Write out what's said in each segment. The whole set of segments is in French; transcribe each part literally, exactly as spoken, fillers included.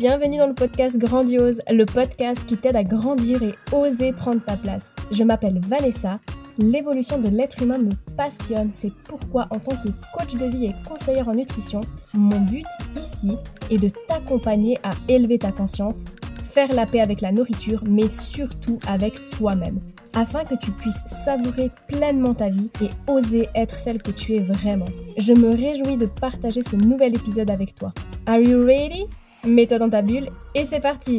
bienvenue dans le podcast Grandiose, le podcast qui t'aide à grandir et oser prendre ta place. Je m'appelle Vanessa, l'évolution de l'être humain me passionne, c'est pourquoi en tant que coach de vie et conseillère en nutrition, mon but ici est de t'accompagner à élever ta conscience, faire la paix avec la nourriture, mais surtout avec toi-même, afin que tu puisses savourer pleinement ta vie et oser être celle que tu es vraiment. Je me réjouis de partager ce nouvel épisode avec toi. Are you ready? Mets-toi dans ta bulle et c'est parti!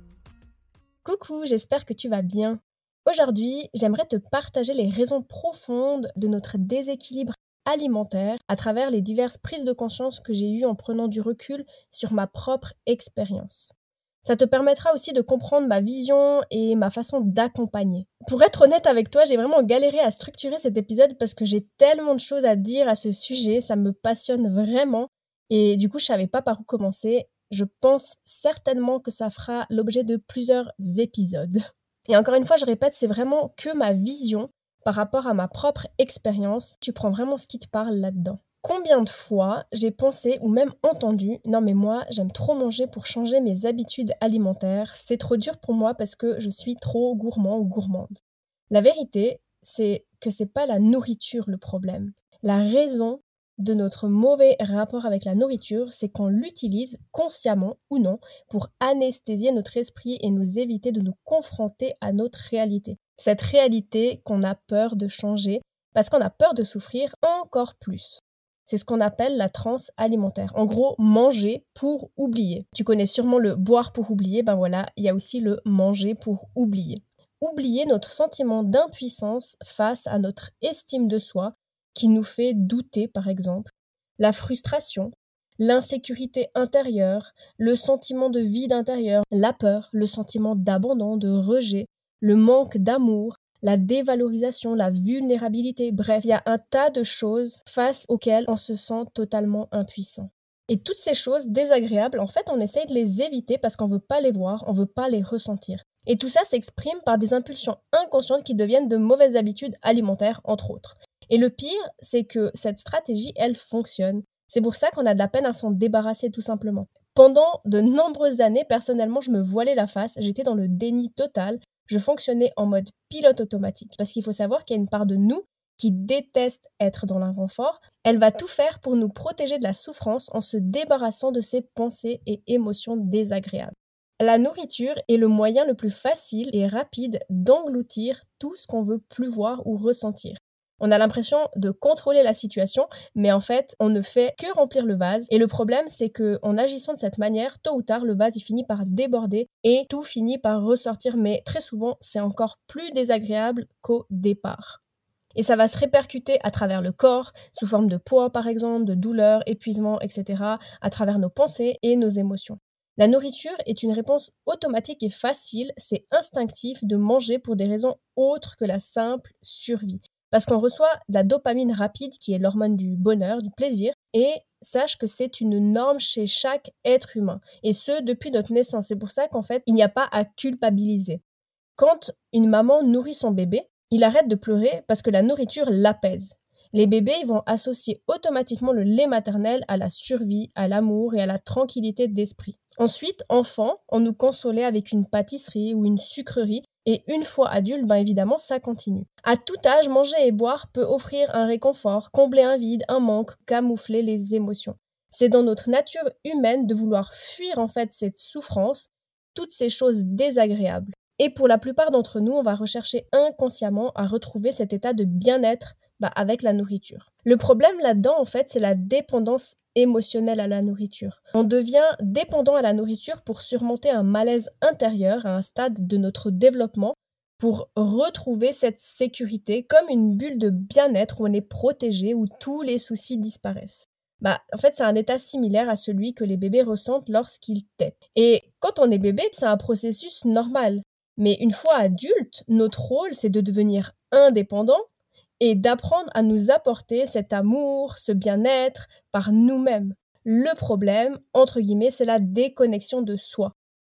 Coucou, j'espère que tu vas bien. Aujourd'hui, j'aimerais te partager les raisons profondes de notre déséquilibre alimentaire à travers les diverses prises de conscience que j'ai eues en prenant du recul sur ma propre expérience. Ça te permettra aussi de comprendre ma vision et ma façon d'accompagner. Pour être honnête avec toi, j'ai vraiment galéré à structurer cet épisode parce que j'ai tellement de choses à dire à ce sujet, ça me passionne vraiment et du coup je savais pas par où commencer. Je pense certainement que ça fera l'objet de plusieurs épisodes. Et encore une fois, je répète, c'est vraiment que ma vision par rapport à ma propre expérience. Tu prends vraiment ce qui te parle là-dedans. Combien de fois j'ai pensé ou même entendu « Non mais moi, j'aime trop manger pour changer mes habitudes alimentaires. C'est trop dur pour moi parce que je suis trop gourmand ou gourmande. » La vérité, c'est que c'est pas la nourriture le problème. La raison de notre mauvais rapport avec la nourriture, c'est qu'on l'utilise consciemment ou non pour anesthésier notre esprit et nous éviter de nous confronter à notre réalité. Cette réalité qu'on a peur de changer parce qu'on a peur de souffrir encore plus. C'est ce qu'on appelle la transe alimentaire. En gros, manger pour oublier. Tu connais sûrement le boire pour oublier, ben voilà, il y a aussi le manger pour oublier. Oublier notre sentiment d'impuissance face à notre estime de soi, qui nous fait douter par exemple, la frustration, l'insécurité intérieure, le sentiment de vide intérieur, la peur, le sentiment d'abandon, de rejet, le manque d'amour, la dévalorisation, la vulnérabilité, bref, il y a un tas de choses face auxquelles on se sent totalement impuissant. Et toutes ces choses désagréables, en fait, on essaye de les éviter parce qu'on ne veut pas les voir, on ne veut pas les ressentir. Et tout ça s'exprime par des impulsions inconscientes qui deviennent de mauvaises habitudes alimentaires, entre autres. Et le pire, c'est que cette stratégie, elle fonctionne. C'est pour ça qu'on a de la peine à s'en débarrasser tout simplement. Pendant de nombreuses années, personnellement, je me voilais la face, j'étais dans le déni total, je fonctionnais en mode pilote automatique. Parce qu'il faut savoir qu'il y a une part de nous qui déteste être dans l'inconfort. Elle va tout faire pour nous protéger de la souffrance en se débarrassant de ses pensées et émotions désagréables. La nourriture est le moyen le plus facile et rapide d'engloutir tout ce qu'on veut plus voir ou ressentir. On a l'impression de contrôler la situation, mais en fait, on ne fait que remplir le vase. Et le problème, c'est qu'en agissant de cette manière, tôt ou tard, le vase il finit par déborder et tout finit par ressortir. Mais très souvent, c'est encore plus désagréable qu'au départ. Et ça va se répercuter à travers le corps, sous forme de poids par exemple, de douleur, épuisement, et cetera, à travers nos pensées et nos émotions. La nourriture est une réponse automatique et facile, c'est instinctif de manger pour des raisons autres que la simple survie. Parce qu'on reçoit de la dopamine rapide qui est l'hormone du bonheur, du plaisir, et sache que c'est une norme chez chaque être humain, et ce depuis notre naissance. C'est pour ça qu'en fait, il n'y a pas à culpabiliser. Quand une maman nourrit son bébé, il arrête de pleurer parce que la nourriture l'apaise. Les bébés ils vont associer automatiquement le lait maternel à la survie, à l'amour et à la tranquillité d'esprit. Ensuite, enfant, on nous consolait avec une pâtisserie ou une sucrerie, et une fois adulte, ben évidemment, ça continue. À tout âge, manger et boire peut offrir un réconfort, combler un vide, un manque, camoufler les émotions. C'est dans notre nature humaine de vouloir fuir en fait cette souffrance, toutes ces choses désagréables. Et pour la plupart d'entre nous, on va rechercher inconsciemment à retrouver cet état de bien-être bah, avec la nourriture. Le problème là-dedans, en fait, c'est la dépendance émotionnelle à la nourriture. On devient dépendant à la nourriture pour surmonter un malaise intérieur à un stade de notre développement, pour retrouver cette sécurité comme une bulle de bien-être où on est protégé, où tous les soucis disparaissent. Bah, en fait, c'est un état similaire à celui que les bébés ressentent lorsqu'ils tètent. Et quand on est bébé, c'est un processus normal. Mais une fois adulte, notre rôle, c'est de devenir indépendant et d'apprendre à nous apporter cet amour, ce bien-être par nous-mêmes. Le problème, entre guillemets, c'est la déconnexion de soi.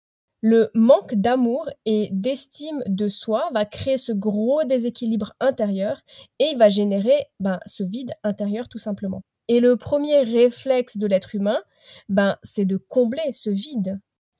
Le manque d'amour et d'estime de soi va créer ce gros déséquilibre intérieur et il va générer ben, ce vide intérieur tout simplement. Et le premier réflexe de l'être humain, ben, c'est de combler ce vide.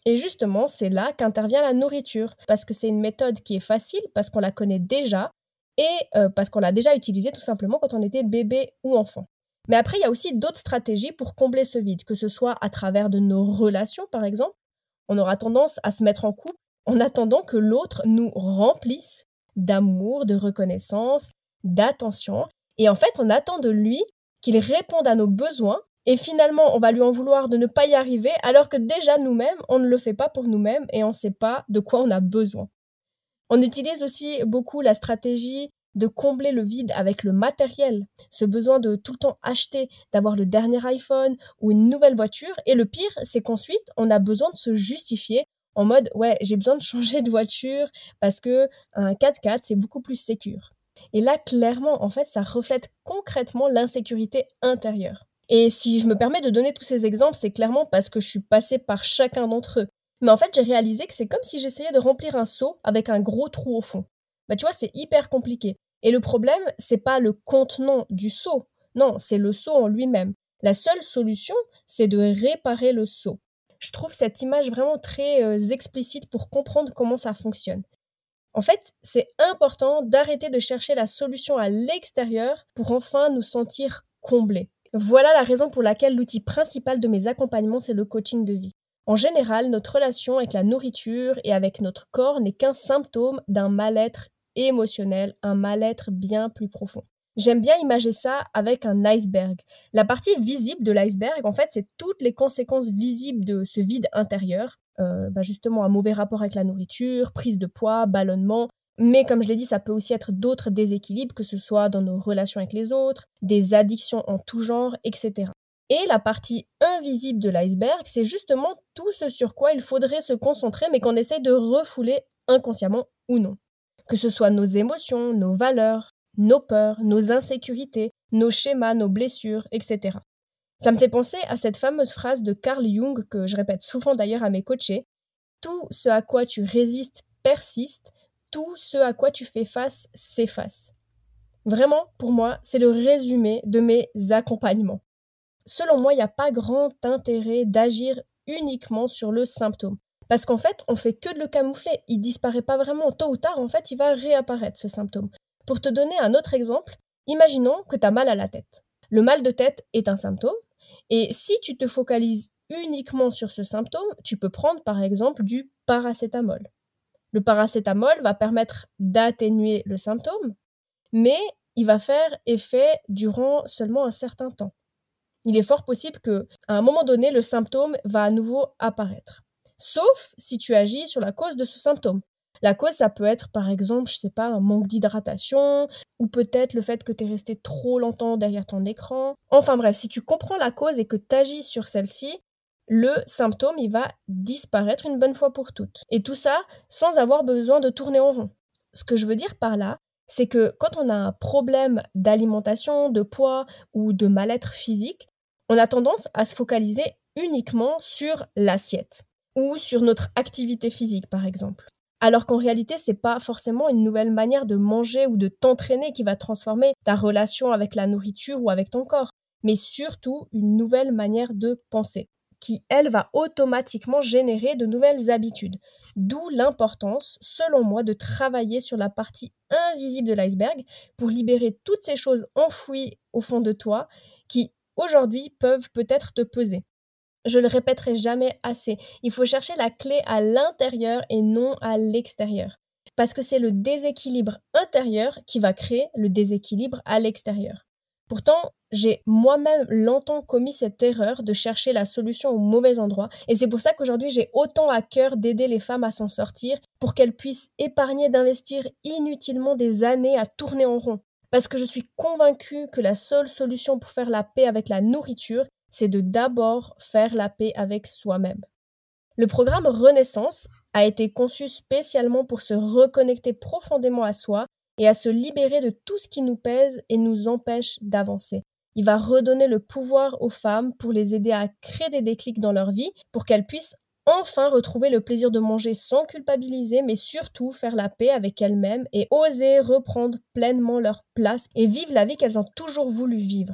Et justement, c'est là qu'intervient la nourriture, parce que c'est une méthode qui est facile, parce qu'on la connaît déjà, et euh, parce qu'on l'a déjà utilisée tout simplement quand on était bébé ou enfant. Mais après, il y a aussi d'autres stratégies pour combler ce vide, que ce soit à travers de nos relations, par exemple. On aura tendance à se mettre en couple en attendant que l'autre nous remplisse d'amour, de reconnaissance, d'attention. Et en fait, on attend de lui qu'il réponde à nos besoins. Et finalement, on va lui en vouloir de ne pas y arriver, alors que déjà nous-mêmes, on ne le fait pas pour nous-mêmes et on ne sait pas de quoi on a besoin. On utilise aussi beaucoup la stratégie de combler le vide avec le matériel, ce besoin de tout le temps acheter, d'avoir le dernier iPhone ou une nouvelle voiture. Et le pire, c'est qu'ensuite, on a besoin de se justifier en mode « ouais, j'ai besoin de changer de voiture parce que un quatre-quatre, c'est beaucoup plus sécure ». Et là, clairement, en fait, ça reflète concrètement l'insécurité intérieure. Et si je me permets de donner tous ces exemples, c'est clairement parce que je suis passée par chacun d'entre eux. Mais en fait, j'ai réalisé que c'est comme si j'essayais de remplir un seau avec un gros trou au fond. Bah, tu vois, c'est hyper compliqué. Et le problème, c'est pas le contenant du seau. Non, c'est le seau en lui-même. La seule solution, c'est de réparer le seau. Je trouve cette image vraiment très euh, explicite pour comprendre comment ça fonctionne. En fait, c'est important d'arrêter de chercher la solution à l'extérieur pour enfin nous sentir comblés. Voilà la raison pour laquelle l'outil principal de mes accompagnements, c'est le coaching de vie. En général, notre relation avec la nourriture et avec notre corps n'est qu'un symptôme d'un mal-être émotionnel, un mal-être bien plus profond. J'aime bien imager ça avec un iceberg. La partie visible de l'iceberg, en fait, c'est toutes les conséquences visibles de ce vide intérieur. Euh, bah justement, un mauvais rapport avec la nourriture, prise de poids, ballonnement. Mais comme je l'ai dit, ça peut aussi être d'autres déséquilibres, que ce soit dans nos relations avec les autres, des addictions en tout genre, et cetera. Et la partie invisible de l'iceberg, c'est justement tout ce sur quoi il faudrait se concentrer, mais qu'on essaye de refouler inconsciemment ou non. Que ce soit nos émotions, nos valeurs, nos peurs, nos insécurités, nos schémas, nos blessures, et cetera. Ça me fait penser à cette fameuse phrase de Carl Jung, que je répète souvent d'ailleurs à mes coachés. Tout ce à quoi tu résistes persiste, tout ce à quoi tu fais face s'efface. Vraiment, pour moi, c'est le résumé de mes accompagnements. Selon moi, il n'y a pas grand intérêt d'agir uniquement sur le symptôme. Parce qu'en fait, on fait que de le camoufler. Il disparaît pas vraiment. Tôt ou tard, en fait, il va réapparaître, ce symptôme. Pour te donner un autre exemple, imaginons que tu as mal à la tête. Le mal de tête est un symptôme. Et si tu te focalises uniquement sur ce symptôme, tu peux prendre par exemple du paracétamol. Le paracétamol va permettre d'atténuer le symptôme, mais il va faire effet durant seulement un certain temps. Il est fort possible qu'à un moment donné, le symptôme va à nouveau apparaître. Sauf si tu agis sur la cause de ce symptôme. La cause, ça peut être par exemple, je sais pas, un manque d'hydratation, ou peut-être le fait que tu es resté trop longtemps derrière ton écran. Enfin bref, si tu comprends la cause et que tu agis sur celle-ci, le symptôme, il va disparaître une bonne fois pour toutes. Et tout ça sans avoir besoin de tourner en rond. Ce que je veux dire par là, c'est que quand on a un problème d'alimentation, de poids ou de mal-être physique, on a tendance à se focaliser uniquement sur l'assiette ou sur notre activité physique par exemple. Alors qu'en réalité, c'est pas forcément une nouvelle manière de manger ou de t'entraîner qui va transformer ta relation avec la nourriture ou avec ton corps, mais surtout une nouvelle manière de penser, qui, elle, va automatiquement générer de nouvelles habitudes. D'où l'importance, selon moi, de travailler sur la partie invisible de l'iceberg pour libérer toutes ces choses enfouies au fond de toi qui, aujourd'hui, peuvent peut-être te peser. Je le répéterai jamais assez. Il faut chercher la clé à l'intérieur et non à l'extérieur. Parce que c'est le déséquilibre intérieur qui va créer le déséquilibre à l'extérieur. Pourtant, j'ai moi-même longtemps commis cette erreur de chercher la solution au mauvais endroit. Et c'est pour ça qu'aujourd'hui, j'ai autant à cœur d'aider les femmes à s'en sortir pour qu'elles puissent épargner d'investir inutilement des années à tourner en rond. Parce que je suis convaincue que la seule solution pour faire la paix avec la nourriture, c'est de d'abord faire la paix avec soi-même. Le programme Renaissance a été conçu spécialement pour se reconnecter profondément à soi et à se libérer de tout ce qui nous pèse et nous empêche d'avancer. Il va redonner le pouvoir aux femmes pour les aider à créer des déclics dans leur vie, pour qu'elles puissent enfin retrouver le plaisir de manger sans culpabiliser, mais surtout faire la paix avec elles-mêmes et oser reprendre pleinement leur place et vivre la vie qu'elles ont toujours voulu vivre.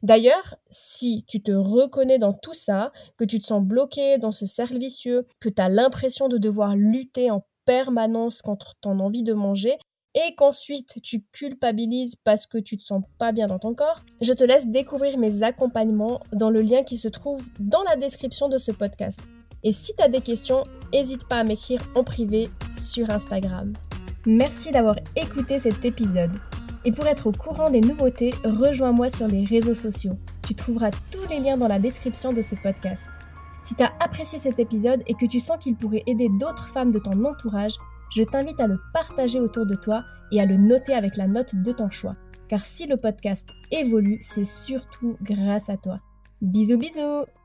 D'ailleurs, si tu te reconnais dans tout ça, que tu te sens bloqué dans ce cercle vicieux, que tu as l'impression de devoir lutter en permanence contre ton envie de manger, et qu'ensuite tu culpabilises parce que tu te sens pas bien dans ton corps, je te laisse découvrir mes accompagnements dans le lien qui se trouve dans la description de ce podcast. Et si tu as des questions, n'hésite pas à m'écrire en privé sur Instagram. Merci d'avoir écouté cet épisode. Et pour être au courant des nouveautés, rejoins-moi sur les réseaux sociaux. Tu trouveras tous les liens dans la description de ce podcast. Si tu as apprécié cet épisode et que tu sens qu'il pourrait aider d'autres femmes de ton entourage, je t'invite à le partager autour de toi et à le noter avec la note de ton choix. Car si le podcast évolue, c'est surtout grâce à toi. Bisous bisous!